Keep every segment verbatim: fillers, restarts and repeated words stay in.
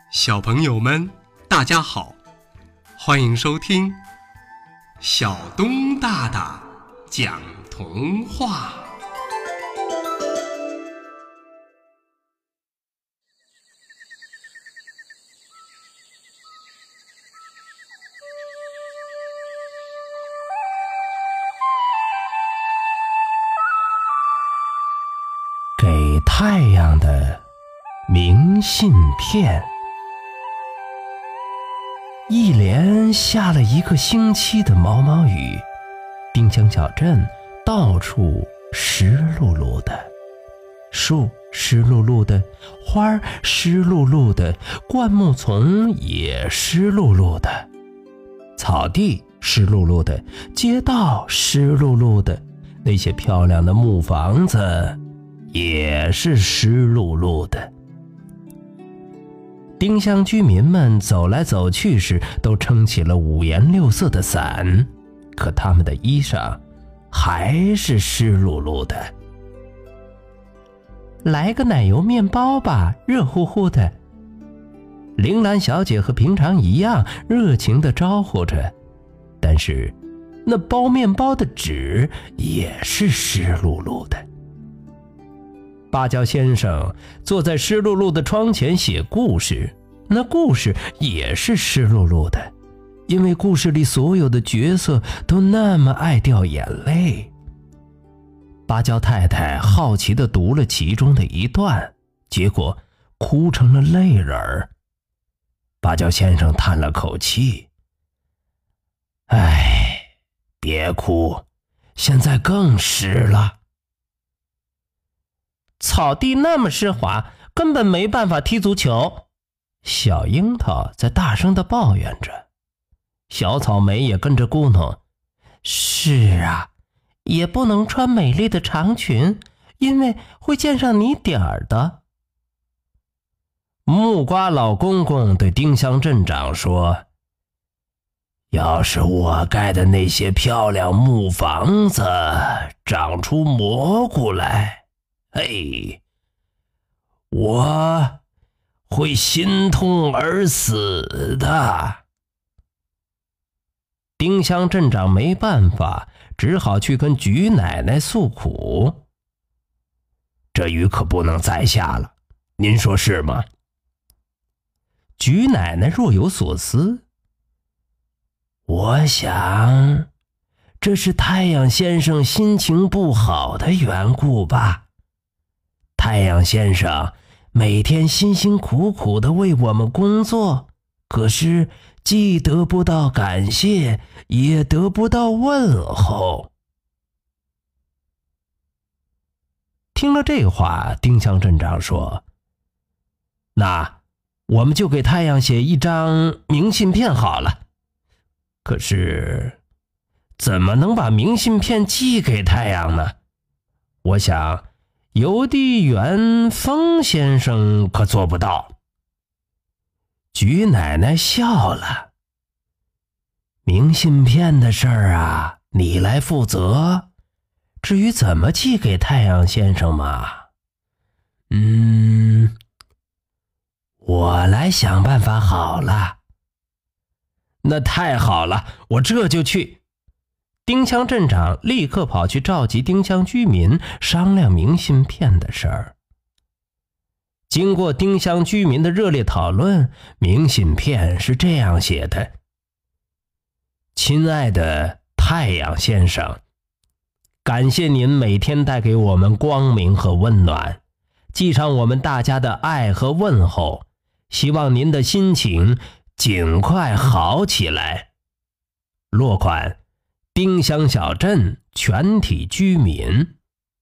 小朋友们，大家好，欢迎收听小东大大讲童话。 给太阳的明信片。一连下了一个星期的毛毛雨，丁香小镇到处湿漉漉的，树湿漉漉的，花儿湿漉漉的，灌木丛也湿漉漉的，草地湿漉漉的，街道湿漉漉的，那些漂亮的木房子也是湿漉漉的。丁香居民们走来走去时都撑起了五颜六色的伞，可他们的衣裳还是湿漉漉的。来个奶油面包吧，热乎乎的。铃兰小姐和平常一样热情地招呼着，但是那包面包的纸也是湿漉漉的。芭蕉先生坐在湿漉漉的窗前写故事，那故事也是湿漉漉的，因为故事里所有的角色都那么爱掉眼泪。芭蕉太太好奇地读了其中的一段，结果哭成了泪人儿。芭蕉先生叹了口气：唉，别哭，现在更湿了。草地那么湿滑，根本没办法踢足球。小樱桃在大声地抱怨着，小草莓也跟着咕哝：是啊，也不能穿美丽的长裙，因为会溅上泥点儿的。木瓜老公公对丁香镇长说：要是我盖的那些漂亮木房子长出蘑菇来，嘿，我会心痛而死的。丁香镇长没办法，只好去跟菊奶奶诉苦。这雨可不能再下了，您说是吗？菊奶奶若有所思。我想，这是太阳先生心情不好的缘故吧。太阳先生每天辛辛苦苦地为我们工作，可是既得不到感谢，也得不到问候。听了这话，丁香镇长说：那我们就给太阳写一张明信片好了。可是怎么能把明信片寄给太阳呢？我想邮递员风先生可做不到。菊奶奶笑了：明信片的事儿啊，你来负责，至于怎么寄给太阳先生嘛，嗯，我来想办法好了。那太好了，我这就去。丁香镇长立刻跑去召集丁香居民商量明信片的事儿。经过丁香居民的热烈讨论，明信片是这样写的：亲爱的太阳先生，感谢您每天带给我们光明和温暖，寄上我们大家的爱和问候，希望您的心情尽快好起来。落款：丁香小镇全体居民。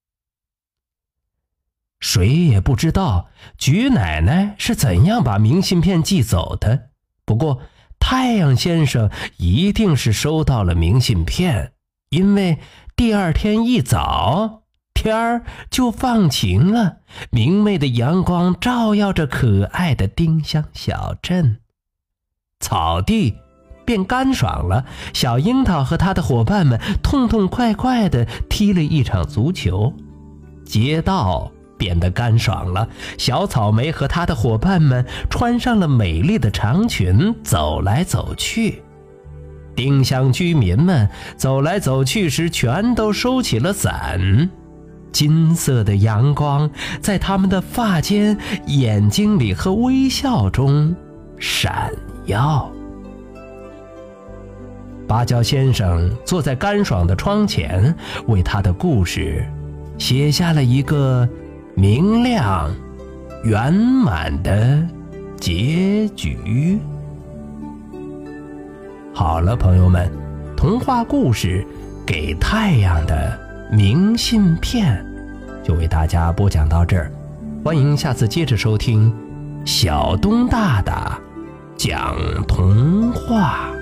谁也不知道菊奶奶是怎样把明信片寄走的，不过太阳先生一定是收到了明信片，因为第二天一早，天儿就放晴了，明媚的阳光照耀着可爱的丁香小镇，草地变干爽了，小樱桃和他的伙伴们痛痛快快地踢了一场足球，街道变得干爽了。小草莓和她的伙伴们穿上了美丽的长裙，走来走去。丁香居民们走来走去时，全都收起了伞。金色的阳光在他们的发间、眼睛里和微笑中闪耀。芭蕉先生坐在干爽的窗前，为他的故事写下了一个明亮、圆满的结局。好了，朋友们，童话故事《给太阳的明信片》就为大家播讲到这儿，欢迎下次接着收听小东大大讲童话。